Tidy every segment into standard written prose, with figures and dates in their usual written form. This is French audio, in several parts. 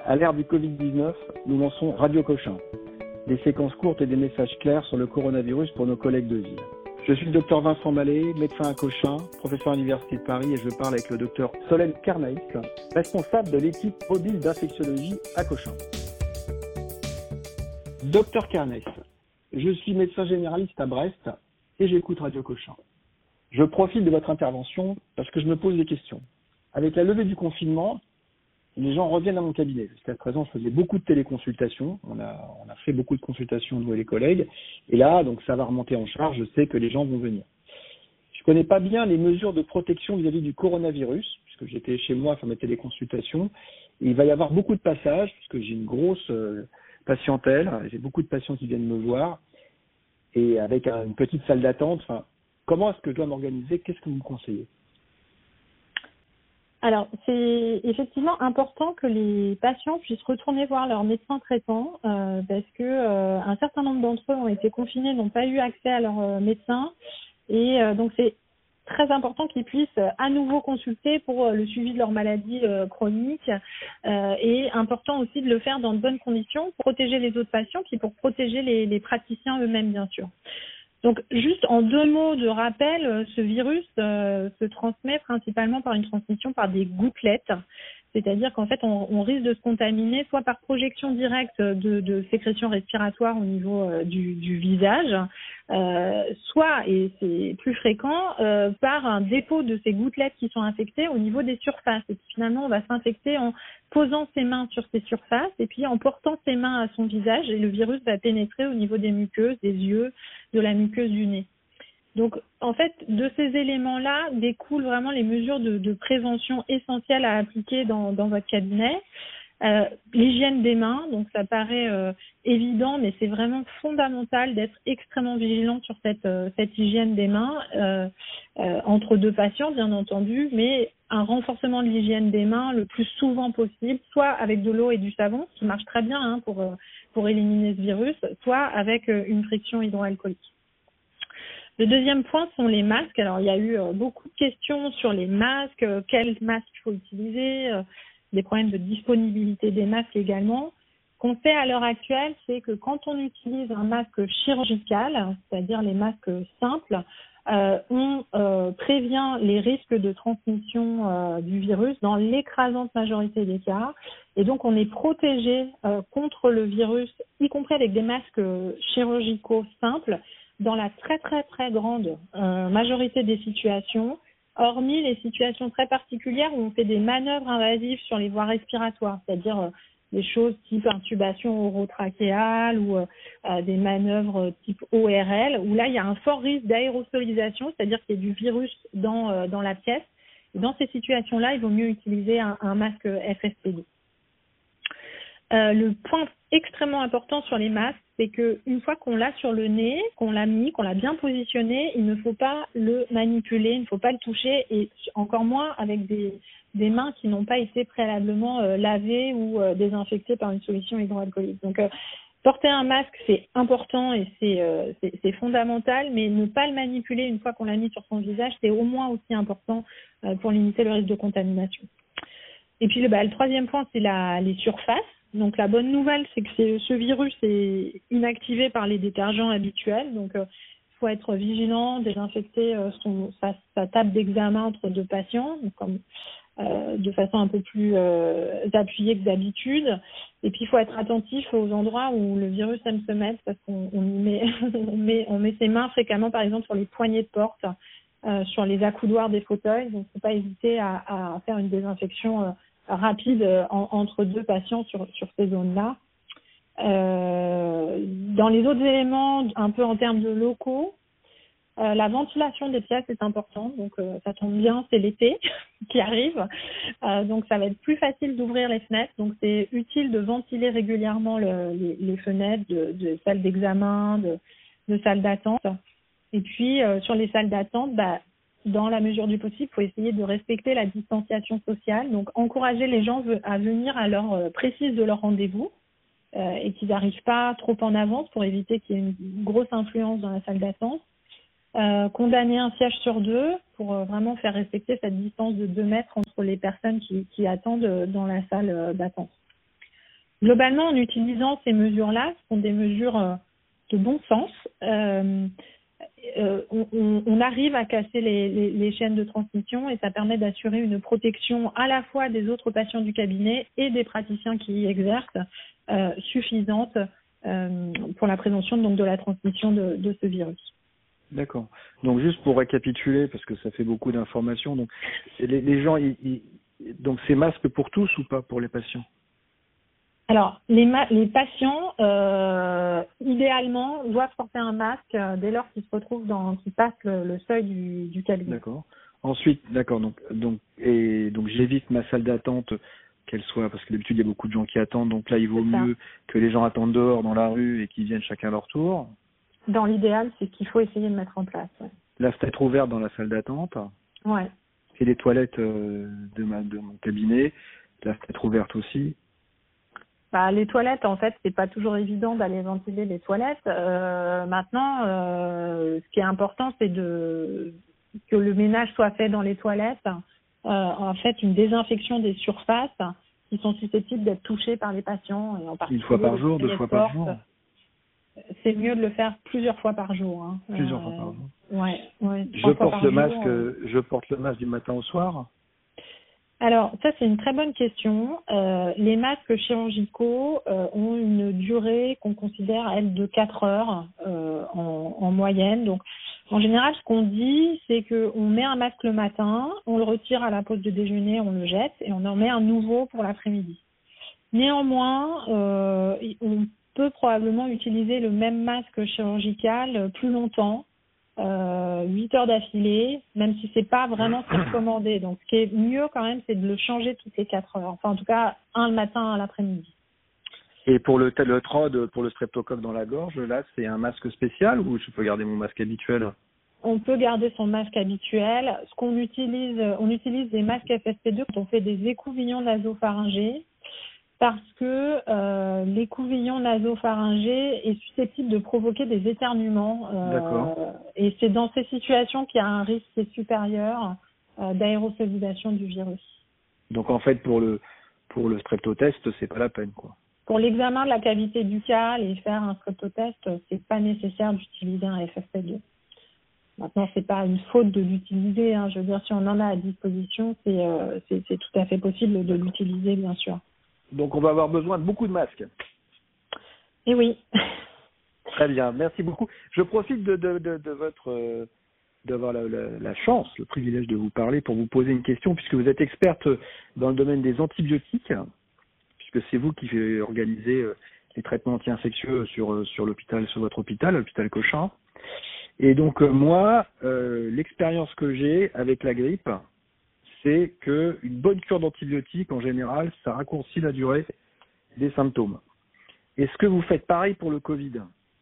À l'ère du Covid-19, nous lançons Radio Cochin, des séquences courtes et des messages clairs sur le coronavirus pour nos collègues de ville. Je suis le docteur Vincent Mallet, médecin à Cochin, professeur à l'Université de Paris, et je parle avec le docteur Solène Carnaïs, responsable de l'équipe mobile d'infectiologie à Cochin. Docteur Carnaïs, je suis médecin généraliste à Brest et j'écoute Radio Cochin. Je profite de votre intervention parce que je me pose des questions. Avec la levée du confinement, les gens reviennent à mon cabinet. Jusqu'à présent, je faisais beaucoup de téléconsultations. On a fait beaucoup de consultations, nous et les collègues. Et là, donc, ça va remonter en charge. Je sais que les gens vont venir. Je connais pas bien les mesures de protection vis-à-vis du coronavirus, puisque j'étais chez moi à faire mes téléconsultations. Et il va y avoir beaucoup de passages, puisque j'ai une grosse patientèle. J'ai beaucoup de patients qui viennent me voir. Et avec une petite salle d'attente. Enfin, comment est-ce que je dois m'organiser? Qu'est-ce que vous me conseillez? Alors, c'est effectivement important que les patients puissent retourner voir leur médecin traitant parce que un certain nombre d'entre eux ont été confinés, n'ont pas eu accès à leur médecin. Et donc, c'est très important qu'ils puissent à nouveau consulter pour le suivi de leur maladie chronique. Et important aussi de le faire dans de bonnes conditions pour protéger les autres patients, puis pour protéger les praticiens eux-mêmes, bien sûr. Donc, juste en 2 mots de rappel, ce virus se transmet principalement par une transmission par des gouttelettes. C'est-à-dire qu'en fait, on risque de se contaminer soit par projection directe de sécrétions respiratoires au niveau du visage, soit, et c'est plus fréquent, par un dépôt de ces gouttelettes qui sont infectées au niveau des surfaces. Et puis finalement, on va s'infecter en posant ses mains sur ces surfaces et puis en portant ses mains à son visage, et le virus va pénétrer au niveau des muqueuses, des yeux, de la muqueuse du nez. Donc, en fait, de ces éléments-là découlent vraiment les mesures de prévention essentielles à appliquer dans votre cabinet. L'hygiène des mains, donc ça paraît évident, mais c'est vraiment fondamental d'être extrêmement vigilant sur cette hygiène des mains entre 2 patients, bien entendu, mais un renforcement de l'hygiène des mains le plus souvent possible, soit avec de l'eau et du savon, ce qui marche très bien pour éliminer ce virus, soit avec une friction hydroalcoolique. Le deuxième point sont les masques. Alors, il y a eu beaucoup de questions sur les masques, quels masques il faut utiliser, des problèmes de disponibilité des masques également. Ce qu'on fait à l'heure actuelle, c'est que quand on utilise un masque chirurgical, c'est-à-dire les masques simples, on prévient les risques de transmission du virus dans l'écrasante majorité des cas. Et donc, on est protégé contre le virus, y compris avec des masques chirurgicaux simples, dans la très très très grande majorité des situations, hormis les situations très particulières où on fait des manœuvres invasives sur les voies respiratoires, c'est-à-dire des choses type intubation orotrachéale ou des manœuvres type ORL, où là il y a un fort risque d'aérosolisation, c'est-à-dire qu'il y a du virus dans la pièce. Et dans ces situations-là, il vaut mieux utiliser un masque FFP2. Le point extrêmement important sur les masques, c'est qu'une fois qu'on l'a sur le nez, qu'on l'a mis, qu'on l'a bien positionné, il ne faut pas le manipuler, il ne faut pas le toucher, et encore moins avec des mains qui n'ont pas été préalablement lavées ou désinfectées par une solution hydroalcoolique. Donc, porter un masque, c'est important et c'est fondamental, mais ne pas le manipuler une fois qu'on l'a mis sur son visage, c'est au moins aussi important pour limiter le risque de contamination. Et puis, le troisième point, c'est les surfaces. Donc, la bonne nouvelle, c'est que ce virus est inactivé par les détergents habituels. Donc, il faut être vigilant, désinfecter sa table d'examen entre 2 patients, donc de façon un peu plus appuyée que d'habitude. Et puis, il faut être attentif aux endroits où le virus aime se mettre, parce qu'on on met ses mains fréquemment, par exemple, sur les poignées de porte, sur les accoudoirs des fauteuils. Donc, il ne faut pas hésiter à faire une désinfection rapide entre 2 patients sur ces zones-là. Dans les autres éléments, un peu en termes de locaux, la ventilation des pièces est importante. Donc, ça tombe bien, c'est l'été qui arrive. Donc, ça va être plus facile d'ouvrir les fenêtres. Donc, c'est utile de ventiler régulièrement les fenêtres de salles d'examen, de salles d'attente. Et puis, sur les salles d'attente, dans la mesure du possible, il faut essayer de respecter la distanciation sociale. Donc, encourager les gens à venir à l'heure précise de leur rendez-vous et qu'ils n'arrivent pas trop en avance pour éviter qu'il y ait une grosse influence dans la salle d'attente. Condamner un siège sur 2 pour vraiment faire respecter cette distance de 2 mètres entre les personnes qui attendent dans la salle d'attente. globalement, en utilisant ces mesures-là, ce sont des mesures de bon sens, on arrive à casser les chaînes de transmission et ça permet d'assurer une protection à la fois des autres patients du cabinet et des praticiens qui y exercent suffisante pour la prévention donc, de la transmission de ce virus. D'accord. Donc juste pour récapituler, parce que ça fait beaucoup d'informations, donc les gens, donc c'est masque pour tous ou pas pour les patients? Alors, les patients, idéalement, doivent porter un masque dès lors qu'ils se retrouvent qu'ils passent le seuil du cabinet. D'accord. Ensuite, d'accord. Donc j'évite ma salle d'attente, qu'elle soit, parce que d'habitude il y a beaucoup de gens qui attendent. Donc là, il vaut mieux que les gens attendent dehors dans la rue et qu'ils viennent chacun à leur tour. Dans l'idéal, c'est ce qu'il faut essayer de mettre en place. Ouais. La fenêtre ouverte dans la salle d'attente. Ouais. Et les toilettes de mon cabinet, la fenêtre ouverte aussi. Les toilettes, en fait, c'est pas toujours évident d'aller ventiler les toilettes. Maintenant, ce qui est important, c'est que le ménage soit fait dans les toilettes. En fait, une désinfection des surfaces qui sont susceptibles d'être touchées par les patients. Et en particulier, 1 fois par jour, 2 fois par jour. C'est mieux de le faire plusieurs fois par jour. Hein. Plusieurs fois par jour. Ouais. Je porte le masque du matin au soir. Alors, ça, c'est une très bonne question. Les masques chirurgicaux ont une durée qu'on considère, elle, de 4 heures en moyenne. Donc, en général, ce qu'on dit, c'est qu'on met un masque le matin, on le retire à la pause de déjeuner, on le jette et on en met un nouveau pour l'après-midi. Néanmoins, on peut probablement utiliser le même masque chirurgical plus longtemps, 8 heures d'affilée, même si c'est pas vraiment recommandé. Donc, ce qui est mieux quand même, c'est de le changer toutes les 4 heures. Enfin, en tout cas, un le matin, un l'après-midi. Et pour le TROD, pour le streptocoque dans la gorge, là, c'est un masque spécial ou je peux garder mon masque habituel? On peut garder son masque habituel. On utilise des masques FFP2 quand on fait des écouvillons nasopharyngés, parce que l'écouvillon nasopharyngé est susceptible de provoquer des éternuements. Et c'est dans ces situations qu'il y a un risque qui est supérieur d'aérosolisation du virus. Donc en fait, pour le streptotest, c'est pas la peine, quoi. Pour l'examen de la cavité buccale et faire un streptotest, c'est pas nécessaire d'utiliser un FFP2. Maintenant, c'est pas une faute de l'utiliser. Hein. Je veux dire, si on en a à disposition, c'est tout à fait possible de l'utiliser, bien sûr. Donc, on va avoir besoin de beaucoup de masques. Eh oui. Très bien, merci beaucoup. Je profite de votre d'avoir la chance, le privilège de vous parler pour vous poser une question, puisque vous êtes experte dans le domaine des antibiotiques, puisque c'est vous qui organisez les traitements anti-infectieux sur l'hôpital, sur votre hôpital, l'hôpital Cochin. Et donc moi, l'expérience que j'ai avec la grippe, c'est que une bonne cure d'antibiotiques, en général, ça raccourcit la durée des symptômes. Est-ce que vous faites pareil pour le Covid?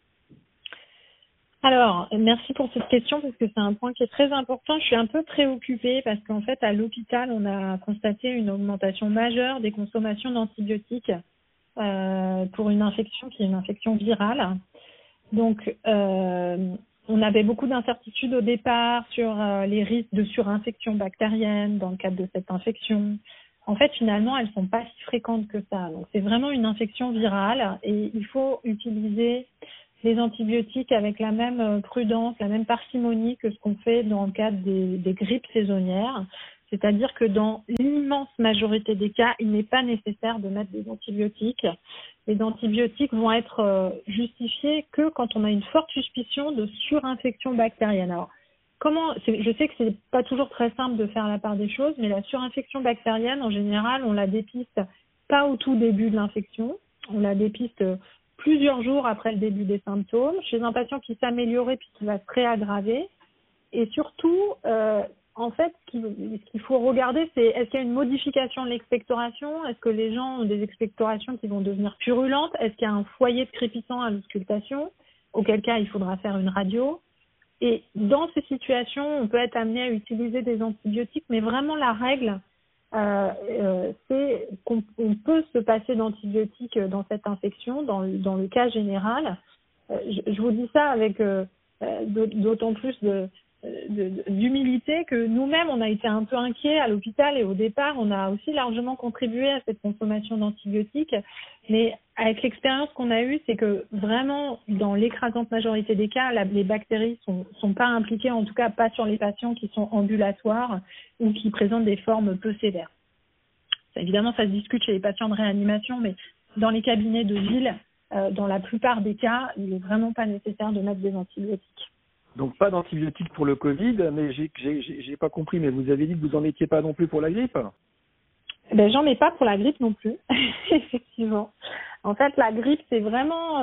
Alors, merci pour cette question parce que c'est un point qui est très important. Je suis un peu préoccupée parce qu'en fait, à l'hôpital, on a constaté une augmentation majeure des consommations d'antibiotiques pour une infection qui est une infection virale. Donc, on avait beaucoup d'incertitudes au départ sur les risques de surinfection bactérienne dans le cadre de cette infection. En fait, finalement, elles sont pas si fréquentes que ça. Donc, c'est vraiment une infection virale et il faut utiliser les antibiotiques avec la même prudence, la même parcimonie que ce qu'on fait dans le cadre des grippes saisonnières. C'est-à-dire que dans l'immense majorité des cas, il n'est pas nécessaire de mettre des antibiotiques. Les antibiotiques vont être justifiés que quand on a une forte suspicion de surinfection bactérienne. Alors, je sais que c'est pas toujours très simple de faire la part des choses, mais la surinfection bactérienne, en général, on la dépiste pas au tout début de l'infection. On la dépiste plusieurs jours après le début des symptômes, chez un patient qui s'améliorait puis qui va se réaggraver. Et surtout, en fait, ce qu'il faut regarder, c'est est-ce qu'il y a une modification de l'expectoration? Est-ce que les gens ont des expectorations qui vont devenir purulentes? Est-ce qu'il y a un foyer de crépitant à l'auscultation? Auquel cas, il faudra faire une radio. Et dans ces situations, on peut être amené à utiliser des antibiotiques, mais vraiment la règle, c'est qu'on peut se passer d'antibiotiques dans cette infection, dans le cas général. Je vous dis ça avec d'autant plus d'humilité que nous-mêmes, on a été un peu inquiets à l'hôpital et au départ, on a aussi largement contribué à cette consommation d'antibiotiques. Mais avec l'expérience qu'on a eue, c'est que vraiment, dans l'écrasante majorité des cas, les bactéries sont pas impliquées, en tout cas pas sur les patients qui sont ambulatoires ou qui présentent des formes peu sévères. Évidemment, ça se discute chez les patients de réanimation, mais dans les cabinets de ville, dans la plupart des cas, il n'est vraiment pas nécessaire de mettre des antibiotiques. Donc pas d'antibiotiques pour le Covid, mais j'ai pas compris, mais vous avez dit que vous en étiez pas non plus pour la grippe? Ben, j'en mets pas pour la grippe non plus, effectivement. En fait, la grippe, c'est vraiment,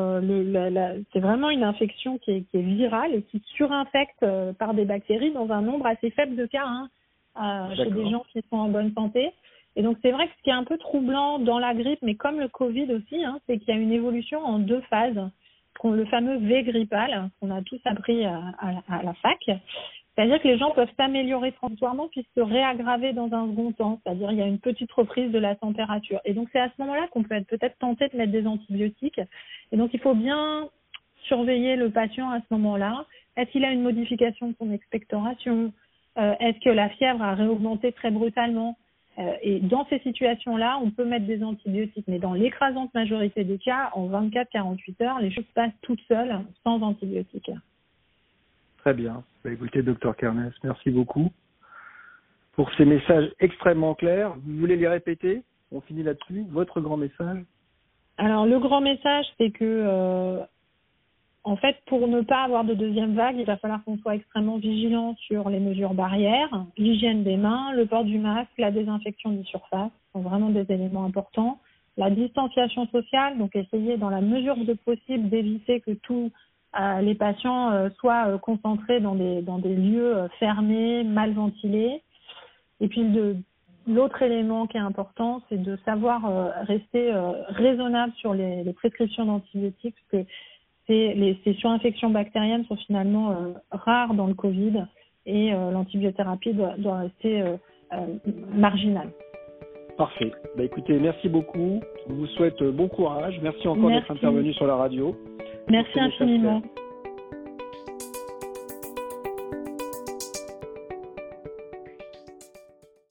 c'est vraiment une infection qui est virale et qui surinfecte par des bactéries dans un nombre assez faible de cas chez des gens qui sont en bonne santé. Et donc, c'est vrai que ce qui est un peu troublant dans la grippe, mais comme le Covid aussi, c'est qu'il y a une évolution en 2 phases. Le fameux V grippal, qu'on a tous appris à la fac. C'est-à-dire que les gens peuvent s'améliorer transitoirement puis se réaggraver dans un second temps. C'est-à-dire qu'il y a une petite reprise de la température. Et donc, c'est à ce moment-là qu'on peut être peut-être tenté de mettre des antibiotiques. Et donc, il faut bien surveiller le patient à ce moment-là. Est-ce qu'il a une modification de son expectoration? Est-ce que la fièvre a réaugmenté très brutalement? Et dans ces situations-là, on peut mettre des antibiotiques. Mais dans l'écrasante majorité des cas, en 24-48 heures, les choses passent toutes seules, sans antibiotiques. Très bien. Écoutez, Dr Kernes, merci beaucoup pour ces messages extrêmement clairs. Vous voulez les répéter? On finit là-dessus. Votre grand message? Alors, le grand message, c'est que, en fait, pour ne pas avoir de deuxième vague, il va falloir qu'on soit extrêmement vigilant sur les mesures barrières, l'hygiène des mains, le port du masque, la désinfection des surfaces, sont vraiment des éléments importants. La distanciation sociale, donc essayer dans la mesure de possible d'éviter que tous les patients soient concentrés dans des lieux fermés, mal ventilés. Et puis l'autre élément qui est important, c'est de savoir rester raisonnable sur les prescriptions d'antibiotiques, parce que ces surinfections bactériennes sont finalement rares dans le Covid et l'antibiothérapie doit rester marginale. Parfait. Écoutez, merci beaucoup. Je vous souhaite bon courage. Merci encore d'être intervenu sur la radio. Merci infiniment.